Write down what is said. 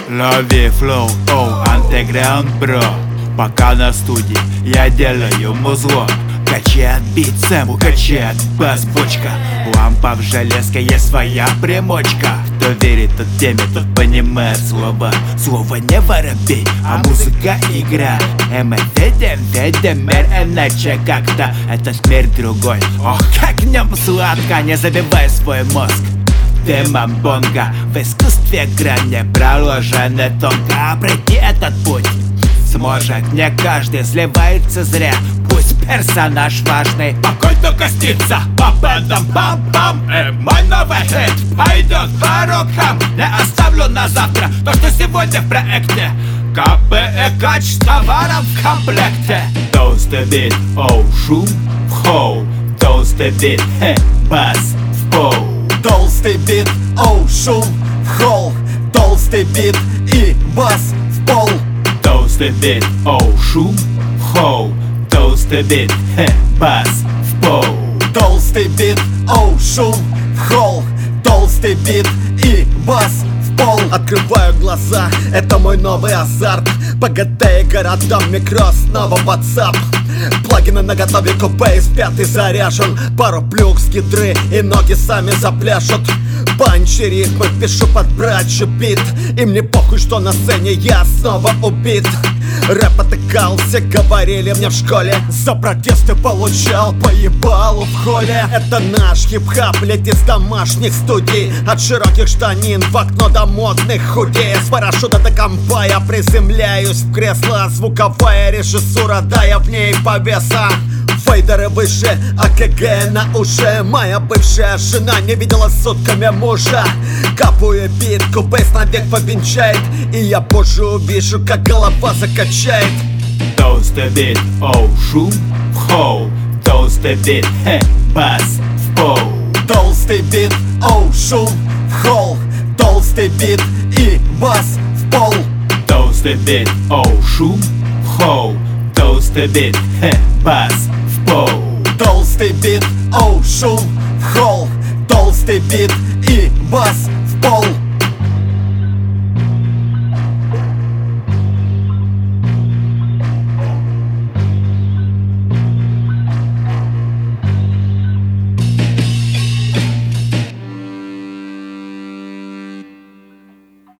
Лови флоу, оу, андеграунд, бро. Пока на студии я делаю музло. Качает бит, Сэму качает бас, бочка. Лампа в железке, есть своя примочка. Кто верит тот теме, тот понимает слова. Слово не воробей, а музыка игра. И мы видим мир иначе как-то. Это мир другой, ох, как в нем сладко. Не забивай свой мозг дымом бонга. В искусстве грани проложены тонко. Пройти этот путь сможет не каждый, сливается зря. Пусть персонаж важный, покой только снится. Пападам пам-пам, и мой новый хит пойдет по рукам. Не оставлю на завтра то, что сегодня в проекте. Капы и кач с товаром в комплекте. Толстый бит, оу, шум в холл. Толстый бит, бас в пол. Толстый бит, оу, шум в холл. Толстый бит и бас в пол. Толстый бит, оу, шум в холл. Толстый бит, бас в пол. Толстый бит, оу, шум в холл. Толстый бит и бас в пол. Открываю глаза, это мой новый азарт. ПГТ и городам микро, снова WhatsApp. Плагины наготове, купейс пятый заряжен. Пару плюх, скидры и ноги сами запляшут. Панчи, ритмы пишу под брачу бит. И мне похуй, что на сцене я снова убит. Рэп отыкался, говорили мне в школе. За протесты получал по ебалу в холле. Это наш хип-хап летит с домашних студий. От широких штанин в окно до модных худей. С парашюта до компа я приземляюсь в кресло. Звуковая режиссура, да я в ней повеса. Фейдеры выше, АКГ на уши. Моя бывшая жена не видела сутками мужа. Капую бит, кубейс навек повенчает. И я позже увижу, как голова закачает. Толстый бит, оу, шум в холл. Толстый бит, бас в пол. Толстый бит, оу, шум в холл. Толстый бит и бас в пол. Толстый бит, оу, шум в холл. Толстый бит, бас в пол. Толстый бит, оу, шум в холл. Толстый бит и бас в пол.